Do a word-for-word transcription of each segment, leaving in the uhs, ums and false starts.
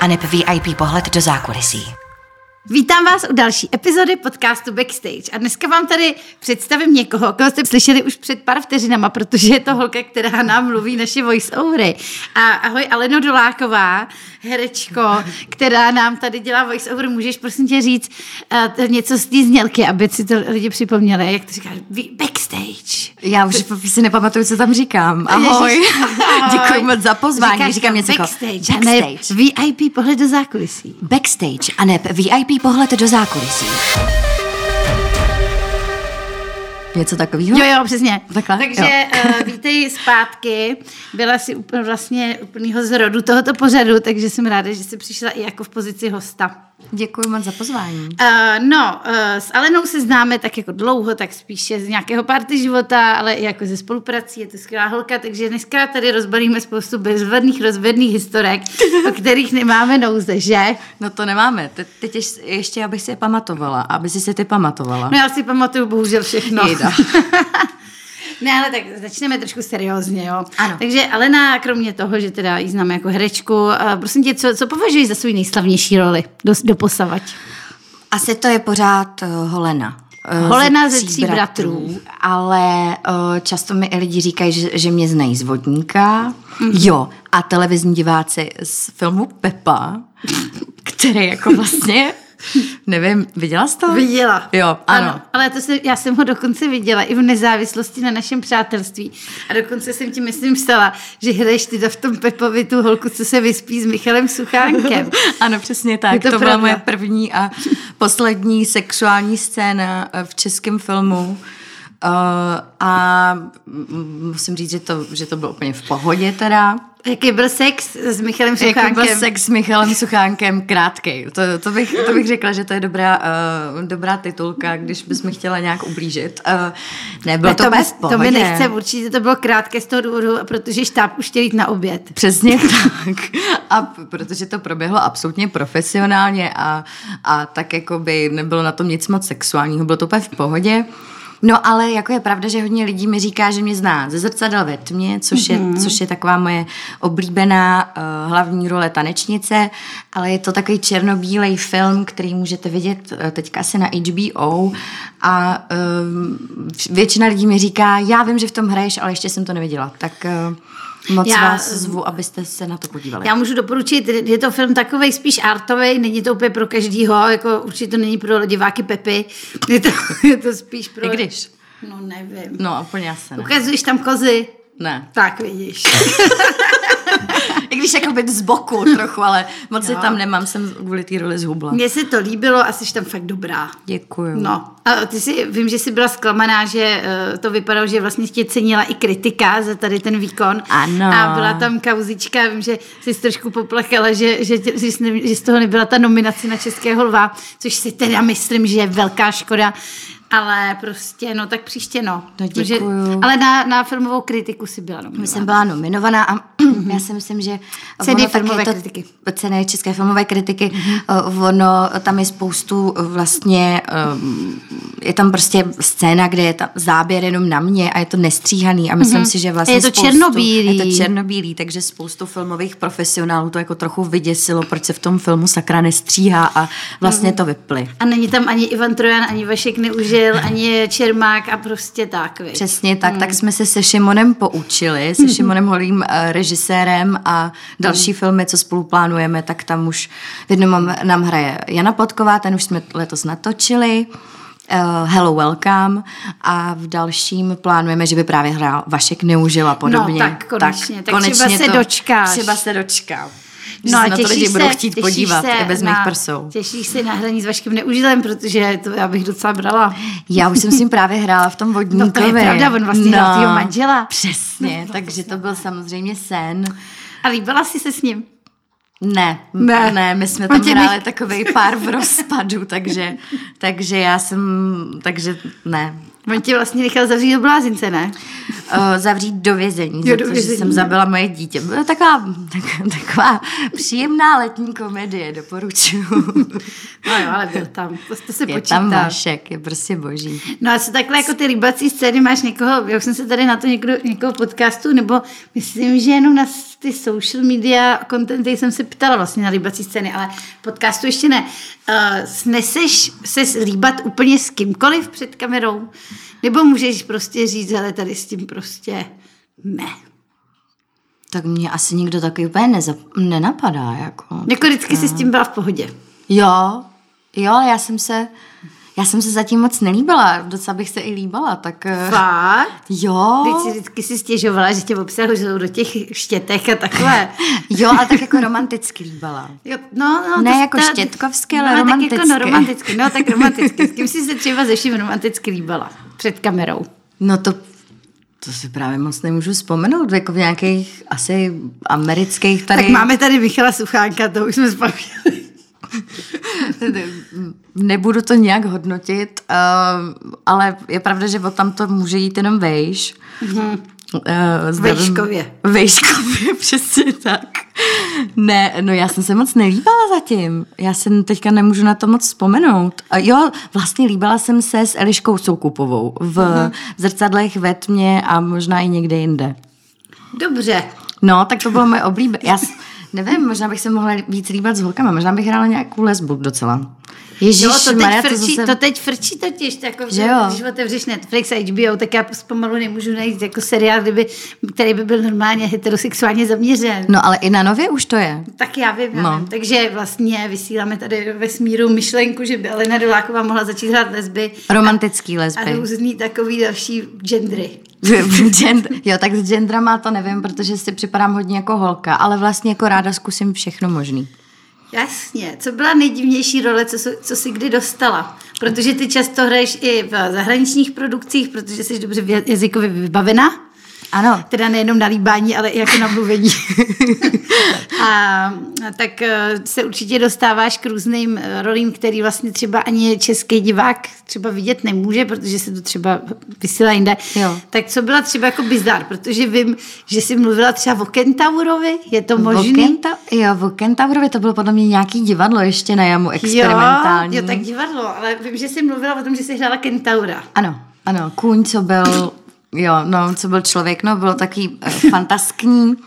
aneb V I P pohled do zákulisí. Vítám vás u další epizody podcastu Backstage a dneska vám tady představím někoho, koho jste slyšeli už před pár vteřinama, protože je to holka, která nám mluví naše voice-overy. A ahoj Aleno Doláková, herečko, která nám tady dělá voice-over. Můžeš prosím tě říct uh, něco z té znělky, aby si to lidi připomněli, jak to říkáš, Backstage. Já už si nepamatuju, co tam říkám. Ahoj. Ježiš, ahoj. Děkuji moc za pozvání. Říkáš Říkám něco Backstage, jako Backstage. V I P pohled do zákulisí. Backstage aneb V I P pohled do zákulisí. Něco takového? Jo, jo, přesně. Takhle? Takže uh, vítej zpátky. Byla jsi úplně vlastně úplnýho zrodu tohoto pořadu, takže jsem ráda, že jsi přišla i jako v pozici hosta. Děkuji moc za pozvání. Uh, no, uh, s Alenou se známe tak jako dlouho, tak spíše z nějakého party života, ale i jako ze spoluprací, je to skvělá holka, takže dneska tady rozbalíme spoustu bezvadných, rozvedných historek, o kterých nemáme nouze, že? No to nemáme. Te- teď ještě, ještě, abych si je pamatovala, aby si si ty pamatovala. No já si pamatuju bohužel všechno. Jejda. Ne, ale tak začneme trošku seriózně, jo. Ano. Takže Alena, kromě toho, že teda ji známe jako herečku, prosím tě, co, co považuješ za svou nejslavnější roli do, do posavať? Asi to je pořád uh, Holena. Uh, Holena ze tří bratrů. bratrů. Ale uh, často mi i lidi říkají, že, že mě znají z Vodníka. Mm-hmm. Jo, a televizní diváci z filmu Pepa, který jako vlastně... Nevím, viděla jsi to? Viděla. Jo, ano. ano ale to se, já jsem ho dokonce viděla i v nezávislosti na našem přátelství. A dokonce jsem ti myslím psala, že hraješ ty v tom Pepovi tu holku, co se vyspí s Michalem Suchánkem. Ano, přesně tak. To, to byla moje první a poslední sexuální scéna v českém filmu. Uh, a musím říct, že to, že to bylo úplně v pohodě teda. Jaký byl sex s Michalem Suchánkem? Jaký byl sex s Michalem Suchánkem? Krátkej. To, to, bych, to bych řekla, že to je dobrá, uh, dobrá titulka, když bychom chtěla nějak ublížit. Uh, nebylo to, to bez pohodě. To mi nechce, určitě to bylo krátké z toho důvodu, protože štáb už chtěl jít na oběd. Přesně tak. A protože to proběhlo absolutně profesionálně a, a tak jako by nebylo na tom nic moc sexuálního, bylo to úplně v pohodě. No ale jako je pravda, že hodně lidí mi říká, že mě zná ze Zrcadel ve tmě, což, mm-hmm. je, což je taková moje oblíbená uh, hlavní role tanečnice, ale je to takový černobílej film, který můžete vidět uh, teďka asi na H B O a uh, většina lidí mi říká, já vím, že v tom hraješ, ale ještě jsem to neviděla, tak... Uh, Moc já, vás zvu, abyste se na to podívali. Já můžu doporučit, je to film takovej spíš artovej, není to úplně pro každýho, jako určitě to není pro diváky Pepy, je to, je to spíš pro... I když? No nevím. No úplně asi ne. Ukazuješ tam kozy? Ne. Tak vidíš. I když jako být z boku trochu, ale moc si tam nemám, jsem kvůli té roli zhubla. Mně se to líbilo a jsi tam fakt dobrá. Děkuju. No, a ty si, vím, že jsi byla zklamaná, že uh, to vypadalo, že vlastně tě cenila i kritika za tady ten výkon. Ano. A byla tam kauzička, vím, že jsi trošku poplakala, že, že, že, že, že z toho nebyla ta nominace na Českého lva, což si teda myslím, že je velká škoda. Ale prostě, no tak příště, no. No děkuju. Ale na, na filmovou kritiku si byla nominovaná. Jsem byla nominovaná a já si myslím, že... Ceny filmové to, kritiky. Ceny české filmové kritiky. Mm-hmm. Ono, tam je spoustu vlastně... Je tam prostě scéna, kde je tam záběr jenom na mě a je to nestříhaný a myslím mm-hmm. si, že vlastně je to spoustu, černobílý. Je to černobílý, takže spoustu filmových profesionálů to jako trochu vyděsilo, proč se v tom filmu sakra nestříhá a vlastně mm-hmm. to vypli. A není tam ani Ivan Trojan, ani Vašek Neužil, ani Čermák a prostě tak. Víš. Přesně tak, hmm. tak jsme se se Šimonem poučili, se Šimonem Holým uh, režisérem a další hmm. filmy, co spolu plánujeme, tak tam už v jednom nám hraje Jana Potková, ten už jsme letos natočili, uh, Hello Welcome a v dalším plánujeme, že by právě hrál Vašek Neužil a podobně. No tak konečně, tak, tak konečně třeba se to, dočkáš. Třeba se dočkám. Že no se na to lidi budou chtít podívat i bez na, mých prsou. Těšíš se na hraní s Vaškem Neužilem, protože to já bych docela brala. Já už jsem s ním právě hrála v tom Vodníkovi. No to je pravda, on vlastně no, hrál tvýho manžela. Přesně, no, takže to byl samozřejmě sen. A líbila jsi se s ním? Ne, ne, ne my jsme tam hráli bych... takovej pár v rozpadu, takže, takže já jsem, takže ne. On tě vlastně nechal zavřít do blázince, ne? Uh, zavřít do vězení, jo, za to, že jsem zabila moje dítě. Byla taková, tak, taková příjemná letní komedie, doporučuju. No jo, ale byl tam, to, to se je počítá. Je tam Vašek, je prostě boží. No a co takhle jako ty rybací scény, máš někoho, já už jsem se tady na to někdo, někoho podcastu, nebo myslím, že jenom na ty social media contenty jsem se ptala vlastně na líbací scény, ale podcastu ještě ne. Uh, sneseš se líbat úplně s kýmkoliv před kamerou? Nebo můžeš prostě říct, ale tady s tím prostě ne. Tak mě asi nikdo taky úplně nezap- nenapadá. Jako, jako vždycky jsi s tím byla v pohodě. Jo, jo, ale já jsem se... Já jsem se zatím moc nelíbila, docela bych se i líbala, tak... Fakt? Jo. Teď si vždycky si stěžovala, že tě obsahují do těch štětek a takhle. Jo, ale tak jako romanticky líbala. Jo, no, no, ne to jako ta, štětkovsky, ale no, romanticky. Tak jako no, romanticky. No tak romanticky. S kým jsi se třeba ze vším romanticky líbala? Před kamerou. No to... To si právě moc nemůžu vzpomenout, jako v nějakých asi amerických tady... Tak máme tady Michala Suchánka, to už jsme vzpomněli. Nebudu to nějak hodnotit, uh, ale je pravda, že o tam to může jít jenom vejš. Mm-hmm. Uh, Vejškově. Vejškově, přesně tak. Ne, no já jsem se moc nelíbala zatím. Já jsem teďka nemůžu na to moc vzpomenout. Uh, jo, vlastně líbala jsem se s Eliškou Soukupovou v mm-hmm. zrcadlech ve tmě a možná i někde jinde. Dobře. No, tak to bylo moje oblíbené. Já nevím, možná bych se mohla víc líbat s holkama, možná bych hrála nějakou lesbu docela. Ježíš, jo, to teď, Maria, frčí, to, zase... to teď frčí totiž, jako, že jo. Když otevřeš Netflix a H B O, tak já pomalu nemůžu najít jako seriál, kdyby, který by byl normálně heterosexuálně zaměřen. No ale i na Nově už to je. Tak já vím, já no. vím. Takže vlastně vysíláme tady ve smíru myšlenku, že by Alena Doláková mohla začít hrát lesby. Romantický lesby. A různý takový další gendry. Gender, jo, tak s gendrama to nevím, protože si připadám hodně jako holka, ale vlastně jako ráda zkusím všechno možný. Jasně. Co byla nejdivnější role, co, co jsi kdy dostala? Protože ty často hraješ i v zahraničních produkcích, protože jsi dobře jazykově vybavená. Ano. Teda nejenom na líbání, ale i jako na mluvení. a tak se určitě dostáváš k různým rolím, který vlastně třeba ani český divák třeba vidět nemůže, protože se to třeba vysílá jinde. Jo. Tak co byla třeba jako bizar, protože vím, že jsi mluvila třeba o Kentaurovi, je to možný? O Kenta- jo, o Kentaurovi to bylo podle mě nějaký divadlo ještě na jamu experimentální. Jo, jo, tak divadlo, ale vím, že jsi mluvila o tom, že jsi hrála Kentaura. Ano, ano, kůň, co byl... Jo, no, co byl člověk, no, bylo taky uh, fantaskní, uh,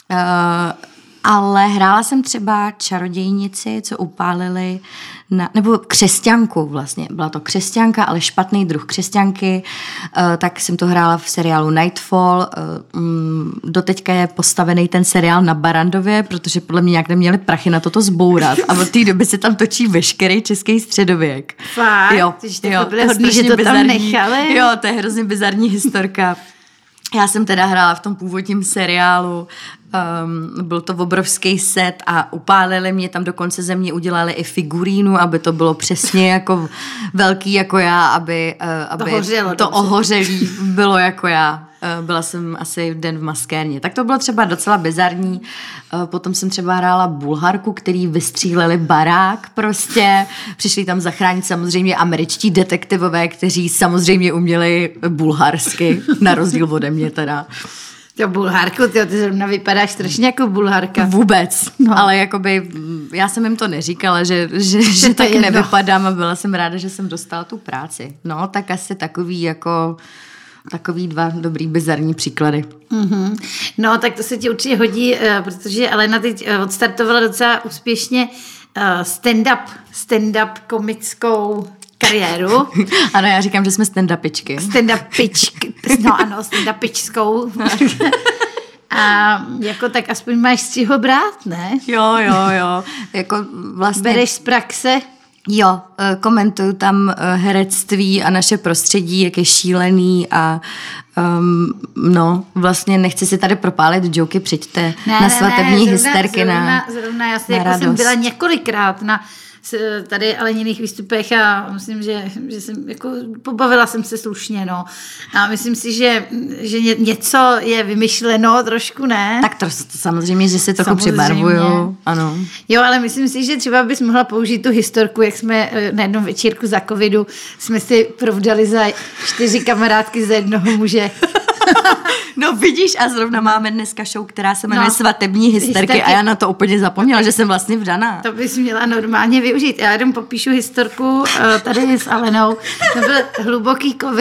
ale hrála jsem třeba čarodějnici, co upálili, na, nebo křesťanku vlastně, byla to křesťanka, ale špatný druh křesťanky, uh, tak jsem to hrála v seriálu Nightfall, uh, um, doteďka je postavený ten seriál na Barandově, protože podle mě nějak neměli prachy na toto zbourat a od té doby se tam točí veškerý český středověk. Fakt? Jo, jo, to byly hodný, že to bizarní. Tam nechali? Jo, to je hrozně bizarní historka. Já jsem teda hrála v tom původním seriálu, um, byl to obrovský set a upálili mě tam, dokonce ze mě udělali i figurínu, aby to bylo přesně jako velký jako já, aby, uh, aby to, hořelo, to ohořelý bylo jako já. Uh, byla jsem asi den v maskérně. Tak to bylo třeba docela bizarní. Uh, potom jsem třeba hrála Bulharku, který vystříleli barák prostě. Přišli tam zachránit samozřejmě američtí detektivové, kteří samozřejmě uměli bulharsky, na rozdíl ode mě teda. To Bulharku, ty, ty zrovna vypadáš strašně jako Bulharka. Vůbec, no. Ale jakoby, já jsem jim to neříkala, že, že, že tak jedno. Nevypadám a byla jsem ráda, že jsem dostala tu práci. No, tak asi takový jako... Takový dva dobrý bizarní příklady. Mm-hmm. No, tak to se ti určitě hodí, protože Alena teď odstartovala docela úspěšně stand-up, stand-up komickou kariéru. Ano, já říkám, že jsme stand-upičky. Stand-upičky, no ano, stand-upičskou. A jako tak aspoň máš z čeho brát, ne? Jo, jo, jo. Jako vlastně... Bereš z praxe? Jo, komentuju tam herectví a naše prostředí, jak je šílený a um, no, vlastně nechci si tady propálit joky, přijďte ne, na svatební ne, hysterky zrovna, na Zrovna, zrovna já si na jako radost. Jsem byla několikrát na tady Aleniných výstupech a myslím, že, že jsem jako pobavila jsem se slušně, no. A myslím si, že, že ně, něco je vymyšleno trošku, ne? Tak to, to samozřejmě, že si trochu přibarvuju, ano. Jo, ale myslím si, že třeba bys mohla použít tu historku, jak jsme na jednom večírku za covidu jsme si provdali za čtyři kamarádky za jednoho muže. No vidíš, a zrovna máme dneska show, která se jmenuje no, Svatební hysterky, hysterky a já na to úplně zapomněla, že jsem vlastně vdaná. To bys měla normálně využít. Já jenom popíšu historku tady s Alenou. To byl hluboký covid,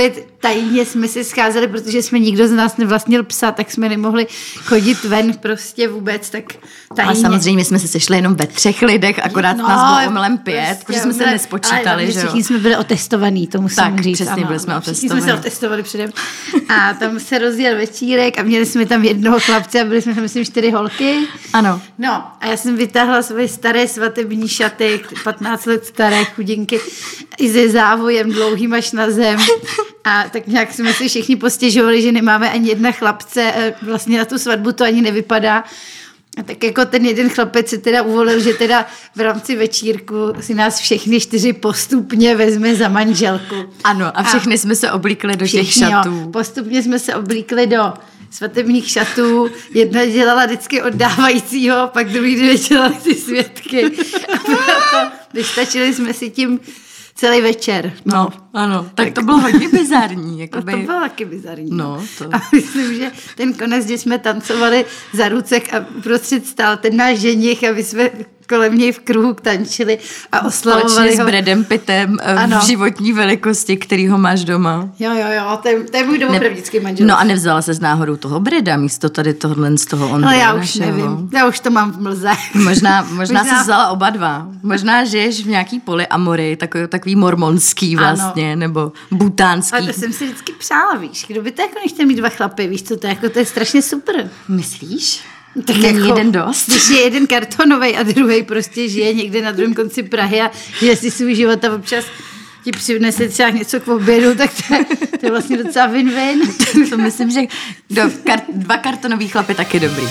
tajně jsme se scházeli, protože jsme nikdo z nás nevlastnil psa, tak jsme nemohli chodit ven prostě vůbec, tak tajně. A samozřejmě jsme se sešli jenom ve třech lidech, akorát no, nás bylo omylem pět, prostě, protože jsme se nespočítali, ale že jo. Všichni jsme byli otestovaní, to musím tak, říct. přesně, ano, byli jsme otestovaní. otestovaní. jsme se otestovali předem. A tam se rozjel večírek a měli jsme tam jednoho chlapce a byli jsme tam, myslím, čtyři holky. Ano. No a já jsem vytáhla svoje staré svatební šaty, patnáct let staré chudinky, i se závojem dlouhým až na zem. A tak nějak jsme si všichni postěžovali, že nemáme ani jedna chlapce, vlastně na tu svatbu to ani nevypadá. A tak jako ten jeden chlapec se teda uvolil, že teda v rámci večírku si nás všechny čtyři postupně vezme za manželku. Ano, a všechny a jsme se oblíkli do těch šatů. Jo, postupně jsme se oblíkli do svatebních šatů. Jedna dělala vždycky oddávajícího, pak druhý den dělali ty svědky. A proto vystačili jsme si tím celý večer. No, no ano, tak, tak to bylo hodně bizarní. Jakoby... To bylo taky bizarní. No, to... A myslím, že ten konec, kdy jsme tancovali za rucek a uprostřed stál ten náš ženich a my jsme kolem něj v kruhu tančili a oslavovali Společně ho. s Bradem Pittem ano. v životní velikosti, který ho máš doma. Jo, jo, jo, to je, to je můj doopravdický manžel. No a nevzala se s náhodou toho Breda místo tady tohohle z toho Ondra. No já už našeho. nevím, já už to mám v mlze. Možná, možná, možná... se vzala oba dva. Možná žiješ v nějaký polyamory, takový, takový mormonský vlastně, ano. nebo butánský. Ale to jsem si vždycky přála, víš, kdo by to jako nechtěl mít dva chlapy, víš co, to je, jako, to je strašně super. Myslíš? Tak není jako, jeden dost. Když je jeden kartonový a druhý prostě žije někde na druhém konci Prahy a žije si svůj život a občas ti přinese třeba něco k obědu, tak to je, to je vlastně docela win-win. To myslím, že do, kar, dva kartonový chlapy taky dobrý.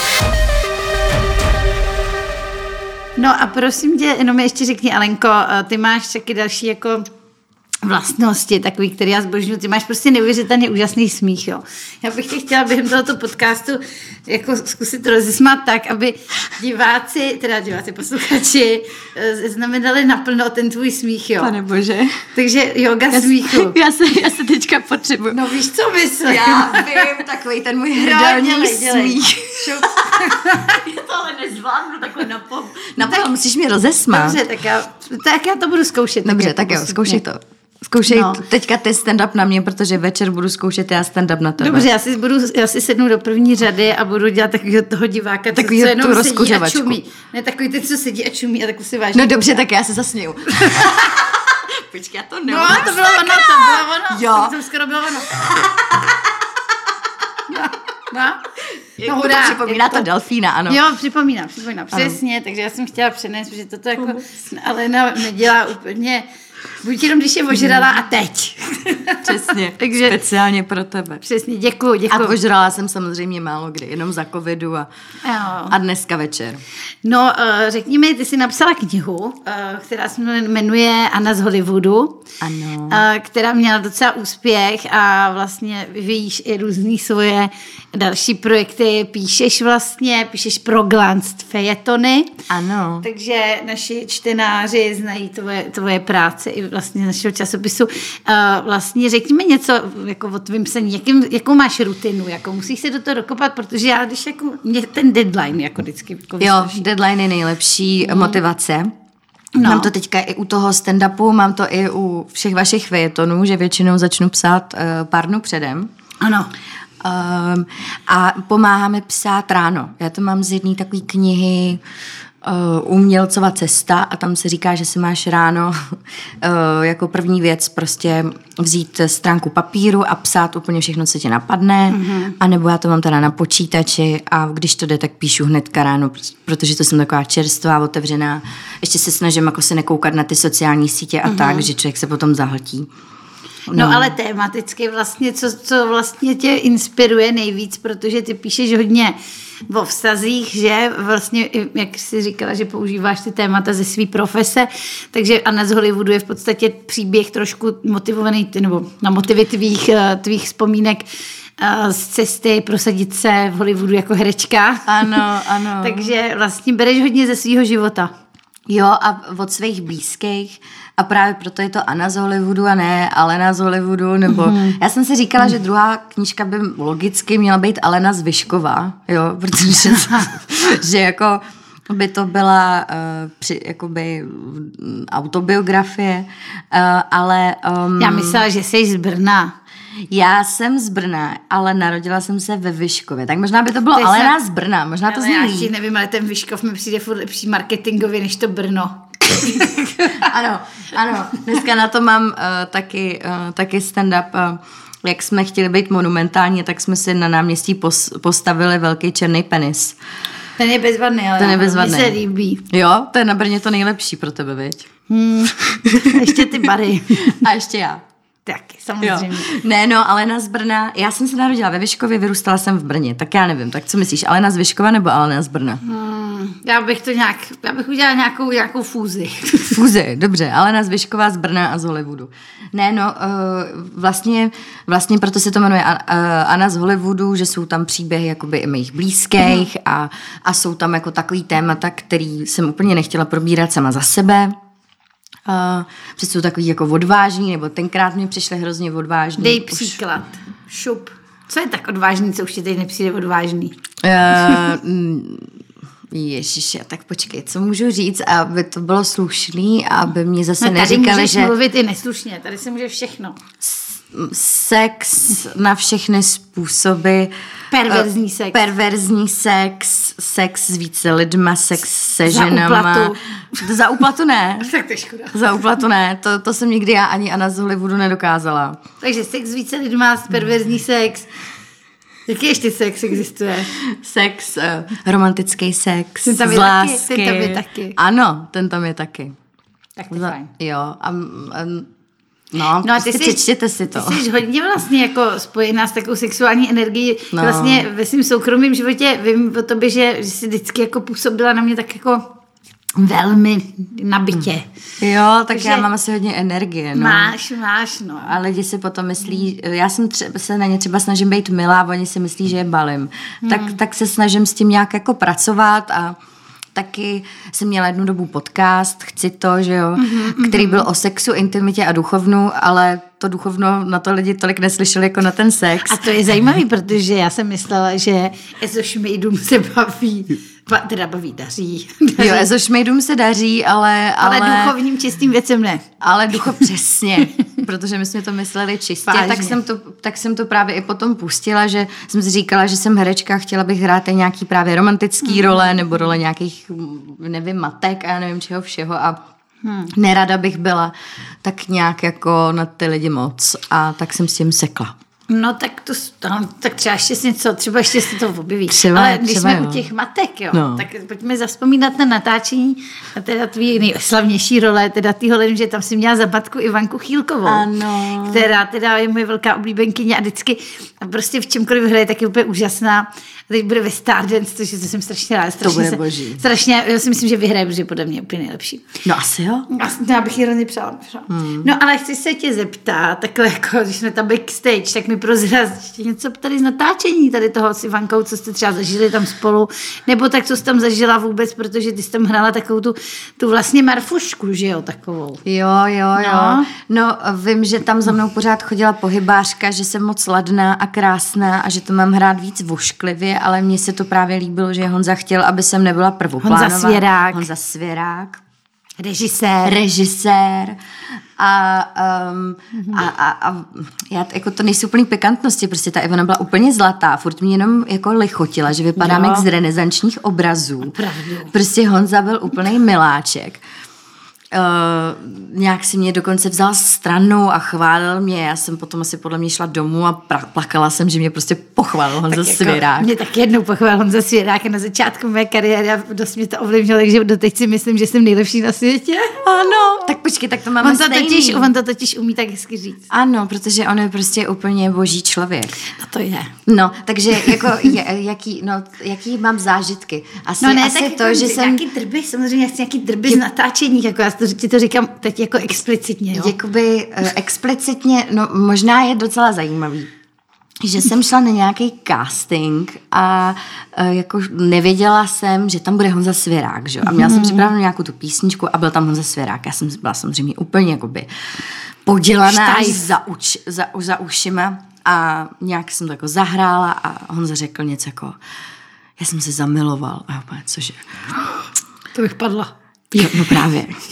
No a prosím tě, jenom ještě řekni, Alenko, ty máš taky další jako vlastnosti, takový, který já zbožňuji. Ty máš prostě neuvěřitelně úžasný smích, jo. Já bych tě chtěla během tohoto podcastu jako zkusit rozesmát tak, aby diváci, teda diváci, posluchači, znamenali naplno ten tvůj smích, jo. Pane bože. Takže yoga já smíchu. Se, já, se, já se teďka potřebuji. No víš, co myslím? Já vím, takový ten můj hrdelní no, smích. Já to ale nezvládnu takhle na pol. Na pol, musíš mi rozesmát. Dobře, tak já, tak já to budu zkoušet. Dobře, tak, tak jo, zkoušej to. Zkoušej no. teďka ty stand-up na mě, protože večer budu zkoušet já stand-up na tebe. Dobře, já si, budu, já si sednu do první řady a budu dělat takového toho diváka, takový co jenom sedí a čumí. Ne, takový ten, co sedí a čumí a tak si vážně. No dobře, kouká. Tak já se zasměju. Počkej, já to nemám. No, to bylo ono, to bylo ono. Jo. To skoro bylo ono. No, no. No, hurá, to připomíná to delfína, ano. Jo, připomínám, připomínám, přesně, ano. Takže já jsem chtěla přenést, protože toto jako Alena nedělá úplně, buď jenom když je ožrala a teď. Přesně, takže speciálně pro tebe. Přesně, děkuju, děkuju. A ožrala jsem samozřejmě málo kdy, jenom za covidu a, a dneska večer. No, řekni mi, ty jsi napsala knihu, která se jmenuje Anna z Hollywoodu, ano. která měla docela úspěch a vlastně vyvíjíš i různý svoje další projekty, píšeš vlastně, píšeš pro Glanz fejetony. Ano. Takže naši čtenáři znají tvoje, tvoje práce i vlastně našeho časopisu. Uh, vlastně řekni mi něco jako o tvým psaní, jakým, jakou máš rutinu, jako musíš se do toho dokopat, protože já když jako, mě ten deadline jako vždycky jako jo, deadline je nejlepší mm. motivace. No. Mám to teďka i u toho stand-upu, mám to i u všech vašich fejetonů, že většinou začnu psát uh, pár dnů předem. Ano. Um, a pomáháme psát ráno. Já to mám z jedné takové knihy uh, Umělcova cesta a tam se říká, že si máš ráno uh, jako první věc prostě vzít stránku papíru a psát úplně všechno, co tě napadne, mm-hmm. a nebo já to mám teda na počítači a když to jde, tak píšu hnedka ráno, protože to jsem taková čerstvá, otevřená. Ještě se snažím jako se nekoukat na ty sociální sítě a mm-hmm. tak, že člověk se potom zahltí. No, no ale tématicky vlastně, co, co vlastně tě inspiruje nejvíc, protože ty píšeš hodně o vztazích, že vlastně, jak jsi říkala, že používáš ty témata ze své profese, takže Anna z Hollywoodu je v podstatě příběh trošku motivovaný, nebo na motivy tvých, tvých vzpomínek z cesty prosadit se v Hollywoodu jako herečka. Ano, ano. Takže vlastně bereš hodně ze svého života. Jo, a od svých blízkých. A právě proto je to Anna z Hollywoodu a ne Alena z Hollywoodu, nebo mm-hmm. já jsem si říkala, mm. že druhá knížka by logicky měla být Alena z Vyškova, jo, protože že jako by to byla uh, při, jakoby autobiografie, uh, ale... Um, já myslela, že jsi z Brna. Já jsem z Brna, ale narodila jsem se ve Vyškově. Tak možná by to bylo Teď Alena jsem- z Brna. Možná to Ale zní já líp. ještě nevím, ale ten Vyškov mi přijde furt lepší marketingově než to Brno. Ano, ano. Dneska na to mám uh, taky, uh, taky stand-up. Uh, jak jsme chtěli být monumentální, tak jsme si na náměstí pos- postavili velký černý penis. Ten je bezvadný, ale Ten je bezvadný. mně se líbí. Jo, to je na Brně to nejlepší pro tebe, viď? Hmm. Ještě ty bary. A ještě já. Taky, Jo. samozřejmě. Ne, no, Alena z Brna. Já jsem se narodila ve Vyškově, vyrůstala jsem v Brně. Tak já nevím, tak co myslíš, Alena z Vyškova nebo Alena z Brna? Hmm. Já bych to nějak, já bych udělala nějakou, nějakou fúzi. Fúze, dobře, Alena z Vyškova, z Brna a z Hollywoodu. Ne, no, uh, vlastně, vlastně proto se to jmenuje uh, Anna z Hollywoodu, že jsou tam příběhy jakoby i mých blízkých a, a jsou tam jako takový témata, který jsem úplně nechtěla probírat sama za sebe. Uh, protože jsou takový jako odvážný, nebo tenkrát mi přišly hrozně odvážný. Dej Už- příklad. Šup. Co je tak odvážný, co už ti teď nepřijde odvážný? Uh, mm, Ježiši, tak počkej, co můžu říct, aby to bylo slušný, aby mě zase No, tady neříkali, můžeš že mluvit i neslušně, tady se může všechno. sex na všechny způsoby. Perverzní eh, sex. Perverzní sex, sex s více lidma, sex se Za ženama. úplatu. Za úplatu ne. Tak to je škoda. Za úplatu ne, to, to jsem nikdy já ani Anna z Hollywoodu nedokázala. Takže sex s více lidma, perverzní sex. Jaký ještě sex existuje? Sex, eh, romantický sex, Ten tam je z taky, lásky. ten tam je taky. Ano, ten tam je taky. Tak to je Za, fajn. jo, a, a no, No a ty prostě jsi, přečtěte si to. Ty jsi hodně vlastně jako spojená s takovou sexuální energií. No. Vlastně ve svém soukromém životě vím o tobě, že, že jsi vždycky jako působila na mě tak jako velmi nabitě. Jo, tak Takže já mám asi hodně energie. No. Máš, máš, no. A lidi si potom myslí, já jsem třeba, se na ně třeba snažím být milá, a oni si myslí, že je balím. Hmm. Tak, tak se snažím s tím nějak jako pracovat a taky jsem měla jednu dobu podcast, Chci to, že jo, mm-hmm, který byl o sexu, intimitě a duchovnu, ale to duchovno na to lidi tolik neslyšeli jako na ten sex. A to je zajímavý, protože já jsem myslela, že Ezo Šmejdům se baví, ba, teda baví, daří. daří. Jo, Ezo Šmejdům se daří, ale... Ale, ale duchovním čistým věcem ne. Ale ducho přesně, protože my jsme to mysleli čistě, Vážně. tak jsem, to, tak jsem to právě i potom pustila, že jsem si říkala, že jsem herečka, chtěla bych hrát i nějaký právě romantický Mm. role nebo role nějakých, nevím, matek a já nevím čeho všeho a Hmm. nerada bych byla tak nějak jako na ty lidi moc a tak jsem s tím sekla. No tak to, no, tak třeba ještě si něco, třeba ještě se to objeví. Třeba, Ale když třeba jsme jo. u těch matek, jo, No. tak pojďme zavzpomínat na natáčení a teda tvý nejslavnější role, teda týhle, že tam si měla za matku Ivanku Chýlkovou. Ano. Která teda je moje velká oblíbenkyně a vždycky a prostě v čemkoliv hraje, tak je úplně úžasná. A teď bude ve Stardance, což to jsem strašně ráda. Strašně bude se, boží. Strašně, já si myslím, že vyhraje, protože podle mě je úplně nejlepší. No asi jo. A já bych ji hrozně přála. přála. Hmm. No ale chci se tě zeptat, takhle jako, když jsme tam backstage, tak mi prozraz ještě něco tady z natáčení tady toho s Ivankou, co jste třeba zažili tam spolu, nebo tak, co jsi tam zažila vůbec, protože ty jsi tam hrála takovou tu, tu vlastně Marfušku, že jo, takovou. Jo, jo, jo. No. No, vím, že tam za mnou pořád chodila pohybářka, že jsem moc ladná a krásná a že to mám hrát víc vošklivě, ale mně se to právě líbilo, že Honza chtěl, aby jsem nebyla prvoplánová. Honza Svěrák. Honza Svěrák. Režisér. Režisér. A, um, mm-hmm. a, a, a já, jako to nejsou úplný pikantnosti, prostě ta Ivana byla úplně zlatá, furt mě jenom jako lichotila, že vypadám Jo. jak z renesančních obrazů. Opravdu. Prostě Honza byl úplný miláček. Uh, nějak si mě dokonce vzal stranou a chválil mě. Já jsem potom asi podle mě šla domů a pra- plakala jsem, že mě prostě pochválil Honza Svěrák. Jako, mě tak jednou pochválil Honza Svěrák na začátku mé kariéry a dost mě to ovlivnilo, takže doteď si myslím, že jsem nejlepší na světě. Ano, tak počkej, tak to máme On to, stejný. totiž, on to totiž umí tak hezky říct. Ano, protože on je prostě úplně boží člověk. No to je. No, takže jako je, jaký, no, jaký mám zážitky? Asi, No ne, asi tak to, jako že jsem... nějaký drby, samozřejmě chci nějaký drby z natáčení, jako já to, ti to říkám teď jako explicitně, jo. Jakoby uh, explicitně, no možná je docela zajímavý, že jsem šla na nějaký casting a uh, jako nevěděla jsem, že tam bude Honza Svěrák, že? A měla jsem připravenou nějakou tu písničku a byl tam Honza Svěrák. Já jsem byla samozřejmě úplně jakoby podělaná až za, uč, za, za ušima a nějak jsem to jako zahrála a Honza řekl něco jako, já jsem se zamiloval a úplně, cože? To bych padla. Jo, no právě.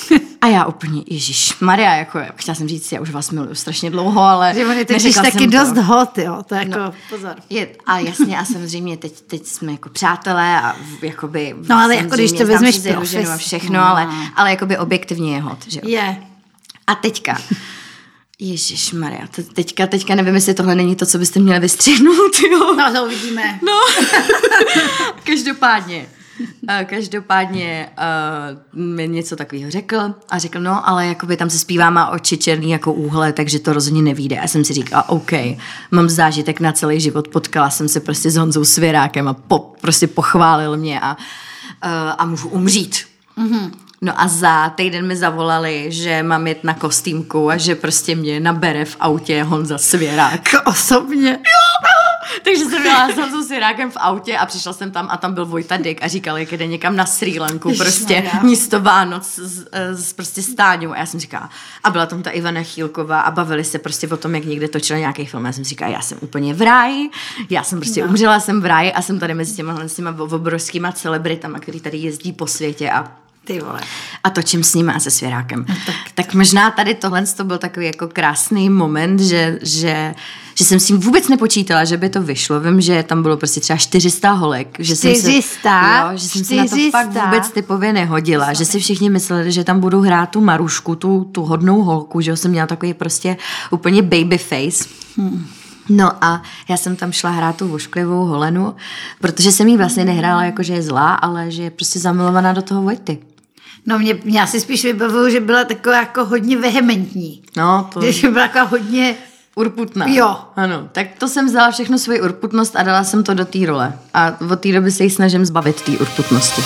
A já úplně, Ježíš Maria, jako chtěla jsem říct, já už vás miluju strašně dlouho, ale že on je totiž taky dost hot, jo, to jako no, pozor. Je, a jasně, a samozřejmě teď, teď jsme jako přátelé a jakoby... No ale jako když to vezmeš profes. A všechno, no. ale, ale jakoby objektivně je hot, že jo. Je. A teďka... Ježišmarja, teďka, teďka nevím, jestli tohle není to, co byste měli vystřihnout, jo. No, to uvidíme. No, každopádně, každopádně uh, mi něco takového řekl a řekl, no, ale jakoby tam se zpívá, má oči černý jako úhle, takže to rozhodně nevyjde. A jsem si říkala, OK, mám zážitek na celý život, potkala jsem se prostě s Honzou Svěrákem a po, prostě pochválil mě a, uh, a můžu umřít. Mhm. No a za týden mi zavolali, že mám jet na kostýmku a že prostě mě nabere v autě Honza Svěrák. Osobně? Jo! Takže jsem jela s Honzou Svěrákem v autě a přišla jsem tam a tam byl Vojta Dyk a říkal, jak jde někam na Srí Lanku, prostě místo Vánoc z, z prostě stáňu. A já jsem říkala, a byla tam ta Ivana Chýlková a bavili se prostě o tom, jak někde točila nějaký film. A já jsem říkala, já jsem úplně v ráji, já jsem prostě no. umřela, jsem v ráji a jsem tady mezi těma, těma obrovskýma celebritama, který tady jezdí po světě a Ty vole. A točím s ním a se Svěrákem. No, tak. tak možná tady tohle to byl takový jako krásný moment, že, že, že jsem s tím vůbec nepočítala, že by to vyšlo. Vím, že tam bylo prostě třeba čtyři sta holek. Že čtyři sta? Jsem se, jo, že jsem se na to fakt vůbec typově nehodila. Sorry. Že si všichni mysleli, že tam budu hrát tu Marušku, tu, tu hodnou holku, že jsem měla takový prostě úplně baby face. Hmm. No a já jsem tam šla hrát tu vošklivou Holenu, protože jsem jí vlastně nehrála jako, že je zlá, ale že je prostě zamilovaná do toho Vojty. No mě, mě asi spíš vybavuju, že byla taková jako hodně vehementní. No, to... Že byla jako hodně... Urputná. Jo. Ano, tak to jsem vzala všechno svoji urputnost a dala jsem to do té role. A od té doby se jí snažím zbavit té urputnosti.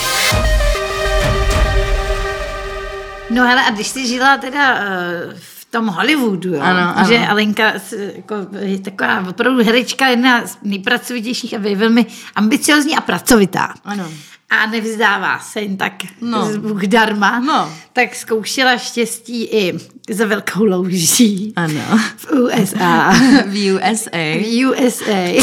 No hele, a když jsi žila teda uh, v tom Hollywoodu, jo? Ano, ano. Že Alenka jako, je taková opravdu herečka, jedna z nejpracovitějších a velmi ambiciozní a pracovitá. Ano. A nevzdává se jen tak no. z Bůh darma, no. tak zkoušela štěstí i za velkou louží. Ano. V U S A. V U S A. V U S A.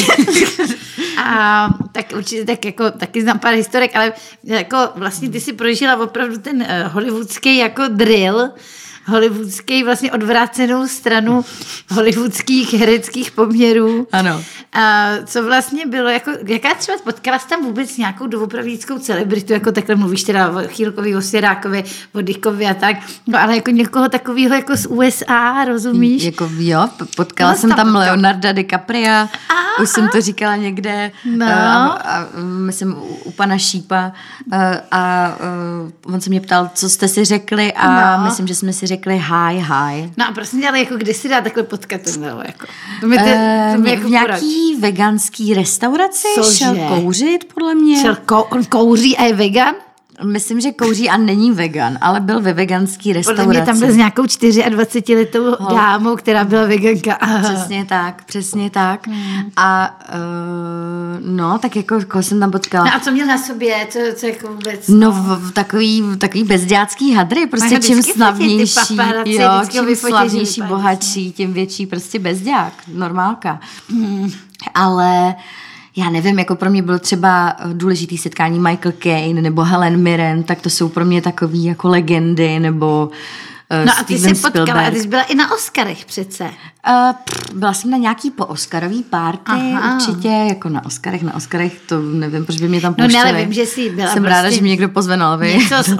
A tak určitě tak jako, taky znám pár historek, ale jako vlastně ty si prožila opravdu ten uh, hollywoodský jako drill, hollywoodský vlastně odvrácenou stranu hollywoodských hereckých poměrů. Ano. A co vlastně bylo, jako, jaká třeba potkala jsi tam vůbec nějakou doopravdickou celebritu, jako takhle mluvíš teda o Chýlkovi, o Svěrákovi, o Dykovi a tak, no ale jako někoho takového jako z U S A, rozumíš? Jako jo, potkala no, jsem tam, tam Leonarda DiCapria, a, už a. jsem to říkala někde, no. a, a myslím u, u pana Šípa a, a on se mě ptal, co jste si řekli a no. myslím, že jsme si řekli hi, hi. No a prosím, ale jako kde si dá takhle potkat ten jako? To mi, te, to mi uh, jako v nějaký veganský restauraci Cože? Šel kouřit, podle mě. Šel kou, on kouří a je vegan? Myslím, že kouří a není vegan, ale byl ve veganský restauraci. Podle mě tam byl s nějakou dvacetičtyřletou Hol. dámou, která byla veganka. Přesně tak, přesně tak. Hmm. A uh, no, tak jako koho jsem tam potkala. No a co měl na sobě? Co, co jako vůbec? No, v, v takový, takový bezdělácký hadry, prostě čím slavnější, jo, čím slavnější, bohatší, tím větší prostě bezďák, normálka. Hmm. Ale... Já nevím, jako pro mě bylo třeba důležitý setkání Michael Caine nebo Helen Mirren, tak to jsou pro mě takový jako legendy, nebo uh, No a ty Steven jsi potkala, Spielberg. a ty jsi byla i na Oscarech přece. Uh, pff, byla jsem na nějaký po Oscarový party, Aha. určitě, jako na Oscarech, na Oscarech, to nevím, proč by mě tam poštěli. No ne, ale vím, že jsi byla Jsem prostě... ráda, že mě někdo pozvenal, vy. Něco z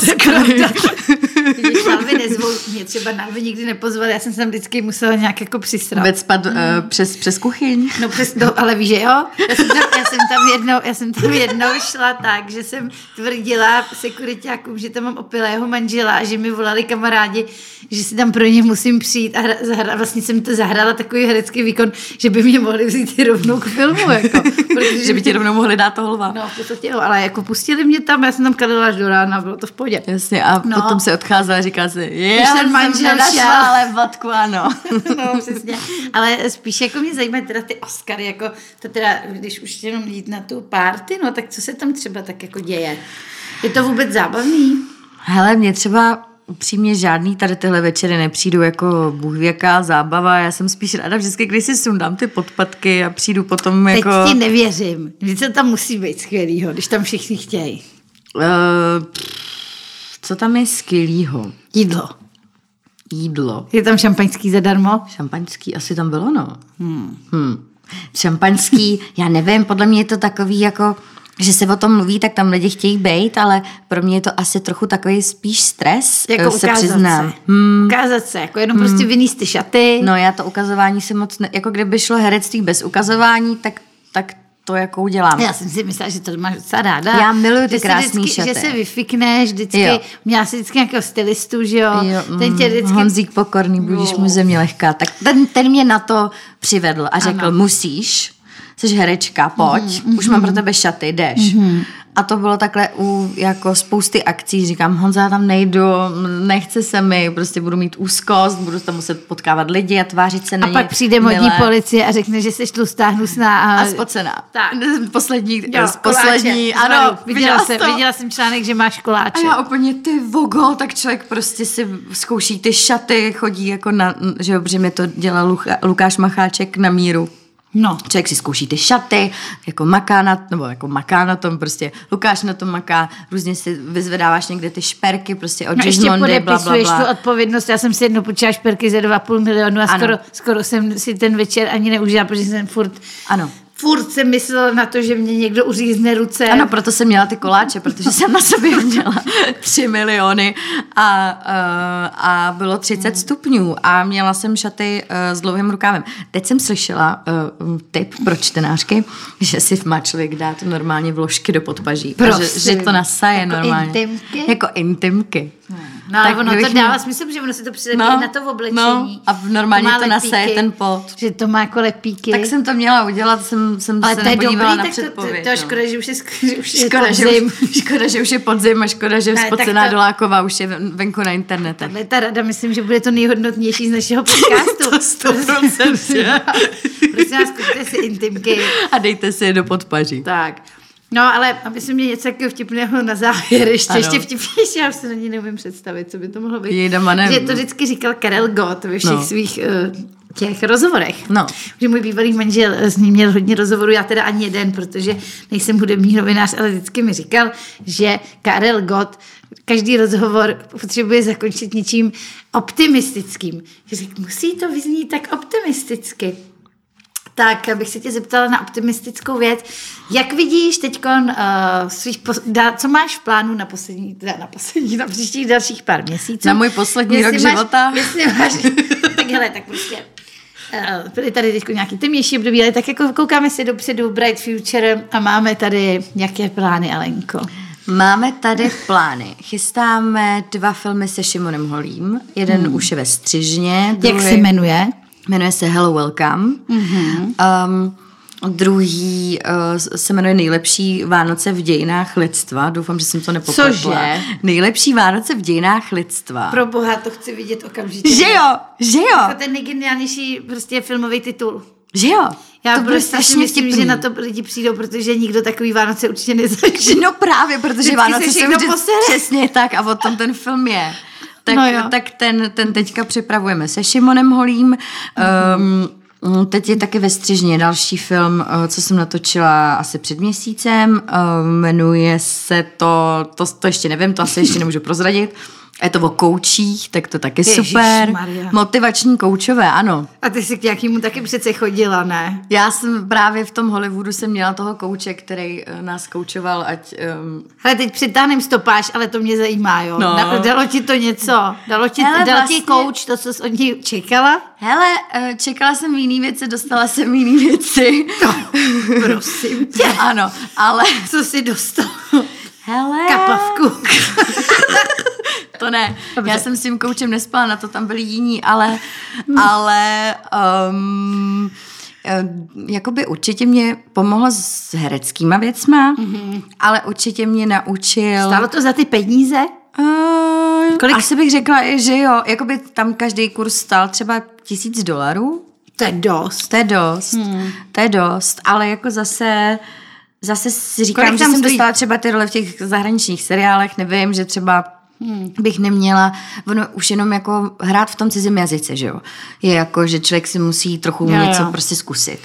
Když Nalvy nezvou, mě třeba Nalvy nikdy nepozvali, já jsem sem vždycky musela nějak jako přisrat. Vůbec spad mm. uh, přes, přes kuchyň. No přes, no, ale víš, že jo? Já jsem, tam, já, jsem tam jednou, já jsem tam jednou šla tak, že jsem tvrdila sekuriťákům, že tam mám opilého manžela a že mi volali kamarádi, že si tam pro ně musím přijít a hra, zahra, vlastně jsem to zahrála takový herecký výkon, že by mě mohli vzít i rovnou k filmu, jako. Protože že by ti rovnou mohli dát toho lva. No, v podstatě jo, ale jako pustili mě tam, já jsem tam kadila až do rána, bylo to v pohodě. Jasně, a no. potom se odcházela a říká si, je, já jsem manžel našla, ale vodku, ano. No, přesně. Ale spíš jako mě zajímají teda ty Oscary, jako to teda, když už jenom jít na tu party, no tak co se tam třeba tak jako děje? Je to vůbec zábavný? Hele, mě třeba upřímně žádný tady tyhle večery nepřijdu jako bůhvěká zábava, já jsem spíš ráda vždycky, když si sundám ty podpatky a přijdu potom jako... Teď ti nevěřím, vždyť to tam musí být skvělýho, když tam všichni chtějí. Uh, co tam je skvělýho? Jídlo. Jídlo. Je tam šampaňský zadarmo? Šampaňský asi tam bylo, no. Hmm. Hmm. Šampaňský, já nevím, podle mě je to takový jako, že se o tom mluví, tak tam lidi chtějí bejt, ale pro mě je to asi trochu takový spíš stres, jako se ukázat přiznám. se. Hmm. Ukázat se, jako jenom hmm. prostě vynést ty šaty. No já to ukazování si moc, ne, jako kdyby šlo herectví bez ukazování, tak, tak to jako udělám. Já jsem si myslela, že to máš docela ráda. Já miluju ty že krásný vždycky, šaty. Že se vyfikneš vždycky, jo. Měla jsi vždycky nějakého stylistu, že jo? jo ten tě vždycky... Honzík Pokorný, budíš mu země lehká. Tak ten, ten mě na to přivedl a řekl, ano. musíš, jsi herečka, pojď, mm-hmm. už mám pro tebe šaty, jdeš. Mm-hmm. A to bylo takhle u jako spousty akcí, říkám, Honza, já tam nejdu, nechce se mi, prostě budu mít úzkost, budu tam muset potkávat lidi a tvářit se na ně. A pak přijde modní policie a řekne, že jsi tlustá, hnusná a... A spocená. Tak. Poslední, jo, poslední, koláče. ano. Viděla jsem, viděla jsem článek, že máš koláče. A já úplně, ty vogo, tak člověk prostě si zkouší ty šaty, chodí jako na, že jo, protože mi to dělal Luka, Lukáš Macháček na míru. No. Člověk si zkouší ty šaty, jako maká na, nebo jako maká na tom, prostě Lukáš na tom maká, různě si vyzvedáváš někde ty šperky, prostě od no Gismondy, bla, bla, bla. tu odpovědnost, já jsem si jednou počítala šperky za dva a půl milionu a skoro, skoro jsem si ten večer ani neužila, protože jsem furt... Ano. Furt jsem myslela na to, že mě někdo uřízne ruce. Ano, proto jsem měla ty koláče, protože jsem na sobě měla tři miliony a, a, a bylo třicet stupňů a měla jsem šaty s dlouhým rukávem. Teď jsem slyšela uh, tip pro čtenářky, že si má člověk dát normálně vložky do podpaží. Že, že to nasaje jako normálně. Intimky? Jako intimky. No ale ono to mě... dává smysl, že ono si to přilepí no, na to v oblečení. No, a normálně to, to nasaje ten pot. Že to má jako lepíky. Tak jsem to měla udělat, jsem, jsem ale se to je nepodívala dobrý, na tak předpověď. To, to, to škoda, že už je, že už je škoda, podzim. Že už, škoda, že už je podzim a škoda, že je spocená to... Doláková už je venku na internetu. Tahle ta rada, myslím, že bude to nejhodnotnější z našeho podcastu. To sto procent. Prosím vás, kupte si intimky. A dejte si je do podpaží. Tak. No, ale aby se mě něco takového vtipného na závěr, ještě, ano. ještě vtipnější, já už se na ní neumím představit, co by to mohlo být. Jejdama ne. Že to vždycky říkal Karel Gott ve všech no. svých uh, těch rozhovorech. No. Že můj bývalý manžel s ním měl hodně rozhovorů, já teda ani jeden, protože nejsem hudební novinář, ale vždycky mi říkal, že Karel Gott každý rozhovor potřebuje zakončit něčím optimistickým. Že řekl, musí to vyznít tak optimisticky. Tak bych se tě zeptala na optimistickou věc. Jak vidíš teďkon, uh, svých pos- da, co máš v plánu na poslední, na poslední, na příštích dalších pár měsíců? Na můj poslední jestli rok máš, života? Jestli máš, tak hele, tak prostě uh, byly tady teď nějaký temnější období, ale tak jako koukáme se dopředu, Bright Future a máme tady nějaké plány, Alenko? Máme tady plány. Chystáme dva filmy se Šimonem Holím. Jeden hmm. už je ve střižně. Jak se jmenuje? Jmenuje se Hello Welcome. Mm-hmm. Um, druhý uh, se jmenuje Nejlepší Vánoce v dějinách lidstva. Doufám, že jsem to nepopletla. Cože? Nejlepší Vánoce v dějinách lidstva. Pro boha, to chci vidět okamžitě. Že jo, že jo. Jako ten nejgeniálnější prostě filmový titul. Že jo. Já to bude strašně myslím, vtipný. že na to lidi přijdou, protože nikdo takový Vánoce určitě nezažil. No právě, protože vždycky Vánoce se jsou vždy přesně tak a o tom ten film je. Tak, no tak ten, ten teďka připravujeme se Šimonem Holím. Mm-hmm. Um, teď je taky ve střižně další film, co jsem natočila asi před měsícem. Um, jmenuje se to, to, to ještě nevím, to asi ještě nemůžu prozradit. Je to o koučích, tak to taky super. Ježišmarja. Motivační koučové, ano. A ty jsi k nějakému taky přece chodila, ne? Já jsem právě v tom Hollywoodu jsem měla toho kouče, který nás koučoval, ať... Um... Hele, teď přitáhnem stopáž, ale to mě zajímá, jo. No. Da, dalo ti to něco? Dalo ti, Hele, dalo vlastně... ti kouč to, co jsi od něj čekala? Hele, čekala jsem jiný věci, dostala jsem jiný věci. No, prosím tě. Ano, ale... Co jsi dostala? Hele... Kapavku. To ne. Dobře. Já jsem s tím koučem nespala, na to tam byli jiní, ale... ale um, jakoby určitě mě pomohlo s hereckýma věcma, mm-hmm. ale určitě mě naučil... Stálo to za ty peníze? Uh, Kolik? Asi bych řekla, že jo. Jakoby tam každý kurz stál třeba tisíc dolarů. To je dost. To je dost. Hmm. To je dost, ale jako zase... Zase si říkám, Kolik že jsem stojí? dostala třeba ty role v těch zahraničních seriálech, nevím, že třeba hmm. bych neměla, ono už jenom jako hrát v tom cizím jazyce, že jo. Je jako, že člověk si musí trochu jo, něco jo. prostě zkusit.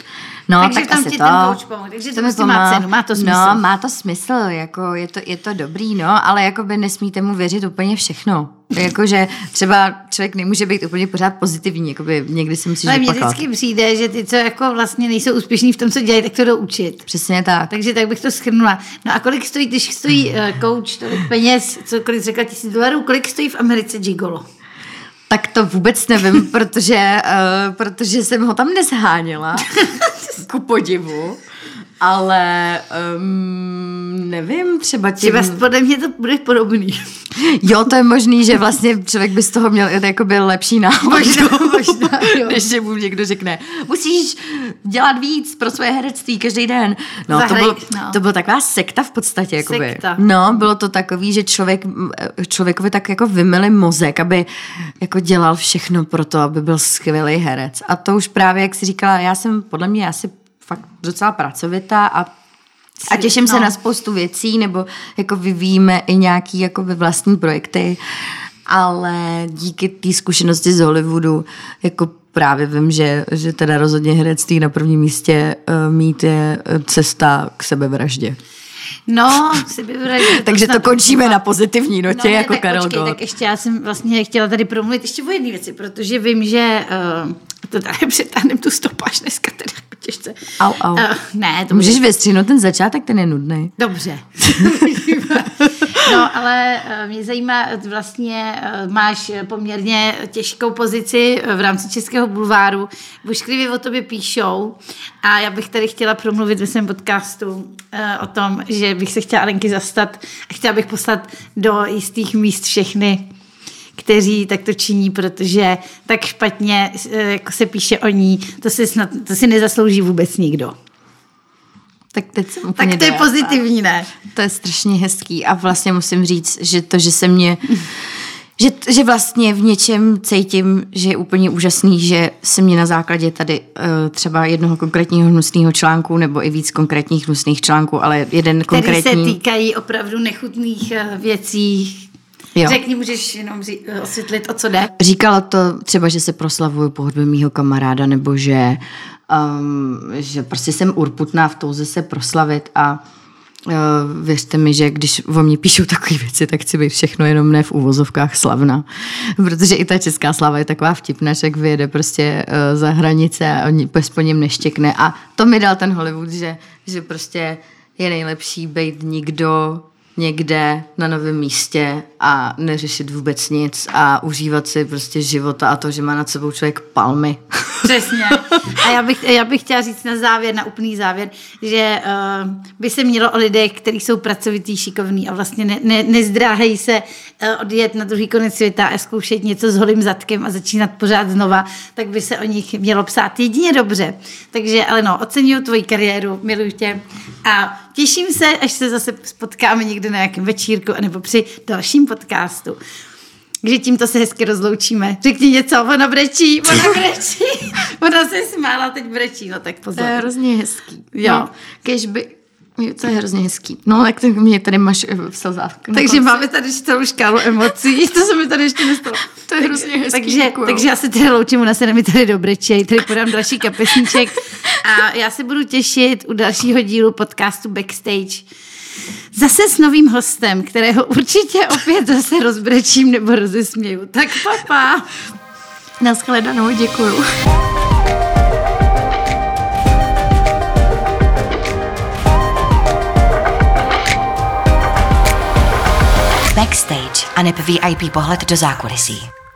No, takže tak tam asi ti to. ten coach pomohl. Takže to, to prostě má cenu, má to smysl. No, má to smysl, jako je to, je to dobrý, no, ale jakoby nesmíte mu věřit úplně všechno. Jakože třeba člověk nemůže být úplně pořád pozitivní, jakoby někdy si musíš ale mně zaplakat. vždycky přijde, že ty, co jako vlastně nejsou úspěšní v tom, co dělají, tak to jdou učit. Přesně tak. Takže tak bych to shrnula. No a kolik stojí, když stojí uh, coach, tolik peněz, co, kolik řekla tisíc dolarů, kolik stojí v Americe gigolo? Tak to vůbec nevím, protože, uh, protože jsem ho tam nesháněla, ku podivu, ale um, nevím, třeba tím... Třeba podle mě to bude podobný. Jo, to je možný, že vlastně člověk by z toho měl jakoby lepší návod, Možná, možná, jo. než že mu někdo řekne, musíš dělat víc pro svoje herectví každý den. No, Zahraj, to, bylo, no. to byla taková sekta v podstatě. Jakoby. Sekta. No, bylo to takový, že člověk, člověkovi tak jako vymyli mozek, aby jako dělal všechno pro to, aby byl skvělý herec. A to už právě, jak jsi říkala, já jsem podle mě asi fakt docela pracovitá a A těším no. se na spoustu věcí, nebo jako vyvíjíme i nějaký jakoby vlastní projekty, ale díky té zkušenosti z Hollywoodu jako právě vím, že, že teda rozhodně herectví na prvním místě uh, mít je cesta k sebevraždě. No, sebevraždě. Takže to končíme na pozitivní notě, no, jako tak Karel počkej, Gott. tak ještě já jsem vlastně chtěla tady promluvit ještě o jedné věci, protože vím, že uh, to tady přetáhnem tu stopáž dneska teda jako těžce. Au, au. Uh, ne, to Můžeš bude... vystřihnout ten začátek, ten je nudný. Dobře. No, ale uh, mě zajímá, vlastně uh, máš poměrně těžkou pozici v rámci Českého bulváru. Bušklivě o tobě píšou a já bych tady chtěla promluvit ve svém podcastu uh, o tom, že bych se chtěla Alenky zastat a chtěla bych poslat do jistých míst všechny, kteří tak to činí, protože tak špatně uh, jako se píše o ní, to si, snad, to si nezaslouží vůbec nikdo. Tak teď jsem úplně Tak to je dojatá. pozitivní, ne? To je strašně hezký a vlastně musím říct, že to, že se mě, že, že vlastně v něčem cítím, že je úplně úžasný, že se mě na základě tady uh, třeba jednoho konkrétního hnusného článku nebo i víc konkrétních hnusných článků, ale jeden Který konkrétní... se týkají opravdu nechutných uh, věcí. Jo. Řekni, můžeš jenom ří, uh, osvětlit, o co jde? Říkala to třeba, že se proslavuju pohřbem mýho kamaráda, nebo že, um, že prostě jsem urputná v touze se proslavit a uh, věřte mi, že když o mě píšou takové věci, tak chci být všechno jenom ne v úvozovkách slavná. Protože i ta česká slava je taková vtipná, že vyjede prostě uh, za hranice a bez po něm neštěkne. A to mi dal ten Hollywood, že, že prostě je nejlepší být nikdo někde na novém místě a neřešit vůbec nic a užívat si prostě života a to, že má nad sebou člověk palmy. Přesně. A já bych, já bych chtěla říct na závěr, na úplný závěr, že uh, by se mělo o lidech, kteří jsou pracovitý, šikovní a vlastně ne, ne, nezdráhají se uh, odjet na druhý konec světa a zkoušet něco s holým zadkem a začínat pořád znova, tak by se o nich mělo psát jedině dobře. Takže, ale no, oceňuju tvoji kariéru, miluji tě a těším se, až se zase spotkáme někde na nějakém večírku anebo při dalším podcastu. Takže tímto se hezky rozloučíme. Řekni něco, ona brečí, ona brečí. Ona se smála, teď brečí, no tak pozor. To je hrozně hezký. Jo. No, kežby, to je hrozně hezký. No, tak to mě tady máš v slzách. Takže máme tady celou škálu emocí, to se mi tady ještě nestalo. To je hrozně hezký, takže, děkuju. takže já se tady loučím, ona se na mě tady dobrečí, tady podám další kapesníček a já se budu těšit u dalšího dílu podcastu Backstage. Zase s novým hostem, kterého určitě opět zase rozbrečím nebo rozesměju. Tak papa. Naschledanou, děkuju. Backstage a neb V I P pohled do zákulisí.